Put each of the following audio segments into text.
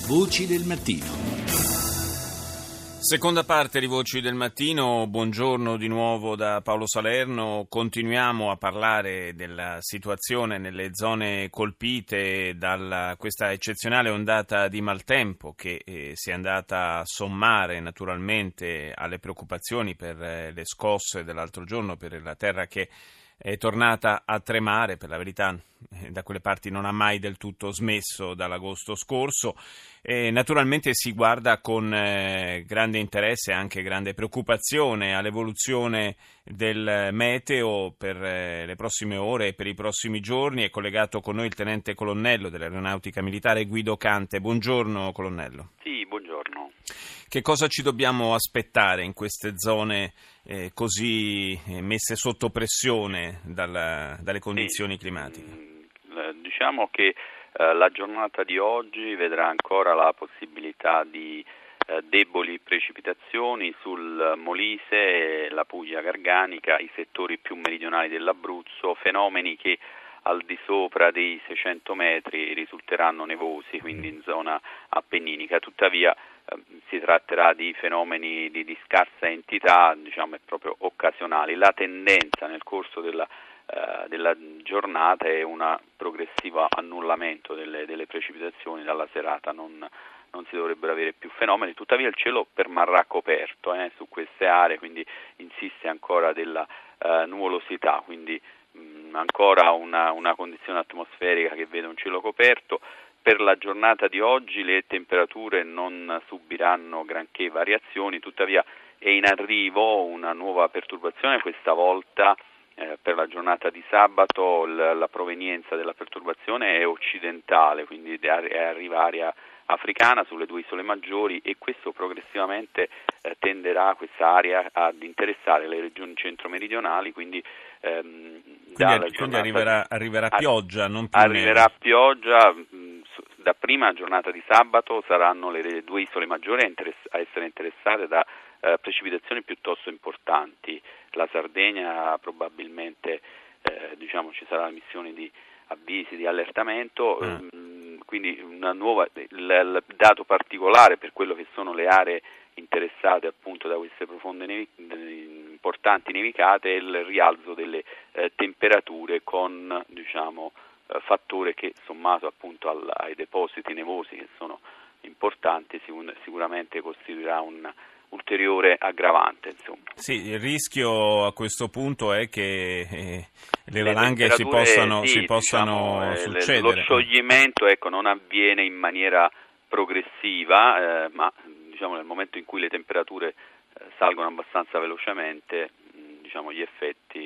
Voci del mattino. Seconda parte di Voci del Mattino, buongiorno di nuovo da Paolo Salerno. Continuiamo a parlare della situazione nelle zone colpite da questa eccezionale ondata di maltempo che si è andata a sommare naturalmente alle preoccupazioni per le scosse dell'altro giorno, per la terra che è tornata a tremare. Per la verità da quelle parti non ha mai del tutto smesso dall'agosto scorso. Naturalmente si guarda con grande interesse e anche grande preoccupazione all'evoluzione del meteo per le prossime ore e per i prossimi giorni. È collegato con noi il tenente colonnello dell'Aeronautica Militare Guido Cante. Buongiorno colonnello. Sì, buongiorno. Che cosa ci dobbiamo aspettare in queste zone così messe sotto pressione dalle condizioni climatiche? Diciamo che la giornata di oggi vedrà ancora la possibilità di deboli precipitazioni sul Molise, la Puglia Garganica, i settori più meridionali dell'Abruzzo, fenomeni che al di sopra dei 600 metri risulteranno nevosi, quindi in zona appenninica. Tuttavia si tratterà di fenomeni di scarsa entità, diciamo, e proprio occasionali. La tendenza nel corso della giornata è un progressivo annullamento delle precipitazioni. Dalla serata non si dovrebbero avere più fenomeni, tuttavia il cielo permarrà coperto su queste aree, quindi insiste ancora della nuvolosità, quindi ancora una condizione atmosferica che vede un cielo coperto. Per la giornata di oggi le temperature non subiranno granché variazioni, tuttavia è in arrivo una nuova perturbazione, questa volta per la giornata di sabato. La provenienza della perturbazione è occidentale, quindi arriva area africana sulle due isole maggiori, e questo progressivamente tenderà questa area ad interessare le regioni centro-meridionali, quindi arriverà pioggia, non più arriverà pioggia. Da prima giornata di sabato saranno le due isole maggiori a essere interessate da precipitazioni piuttosto importanti. La Sardegna probabilmente ci sarà l'emissione di avvisi di allertamento, quindi il dato particolare per quello che sono le aree interessate appunto da queste profonde importanti nevicate è il rialzo delle temperature, con fattore che, sommato appunto ai depositi nevosi che sono importanti, sicuramente costituirà un ulteriore aggravante, insomma. Sì, il rischio a questo punto è che le valanghe si possano succedere. Lo scioglimento non avviene in maniera progressiva, ma nel momento in cui le temperature salgono abbastanza velocemente, gli effetti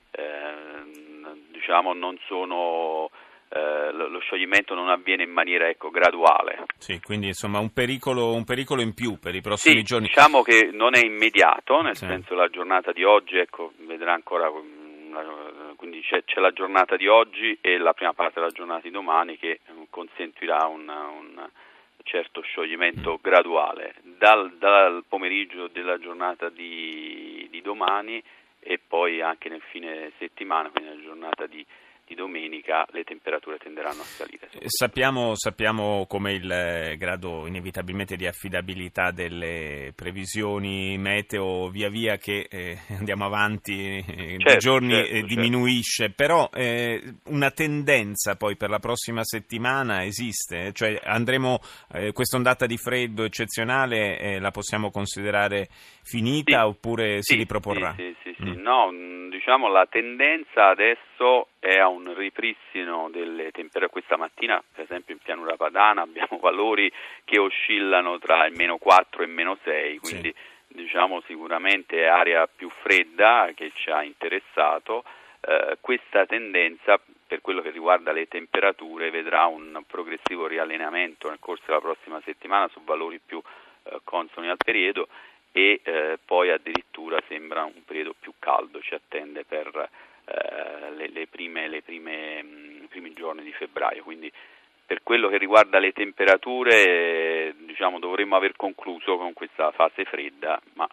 non sono lo scioglimento non avviene in maniera graduale. Sì, quindi insomma un pericolo in più per i prossimi giorni. Diciamo che non è immediato, nel senso la giornata di oggi vedrà ancora, quindi c'è la giornata di oggi e la prima parte della giornata di domani che consentirà un certo scioglimento graduale. Dal pomeriggio della giornata di domani e poi anche nel fine settimana, quindi nella giornata di domenica, le temperature tenderanno a salire. Sappiamo come il grado inevitabilmente di affidabilità delle previsioni meteo via via che andiamo avanti di giorni diminuisce, però una tendenza poi per la prossima settimana esiste, cioè andremo questa ondata di freddo eccezionale la possiamo considerare finita oppure si riproporrà? Sì. No, la tendenza adesso è a un ripristino delle temperature. Questa mattina, per esempio, in pianura padana abbiamo valori che oscillano tra il -4 e il -6, quindi sicuramente è area più fredda che ci ha interessato. Questa tendenza, per quello che riguarda le temperature, vedrà un progressivo riallineamento nel corso della prossima settimana su valori più consoni al periodo, e poi addirittura sembra un periodo più caldo ci attende per i primi giorni di febbraio. Quindi per quello che riguarda le temperature dovremmo aver concluso con questa fase fredda, ma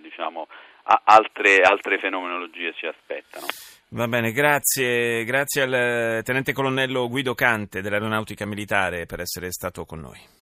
altre fenomenologie ci aspettano. Va bene, grazie al tenente colonnello Guido Cante dell'Aeronautica Militare per essere stato con noi.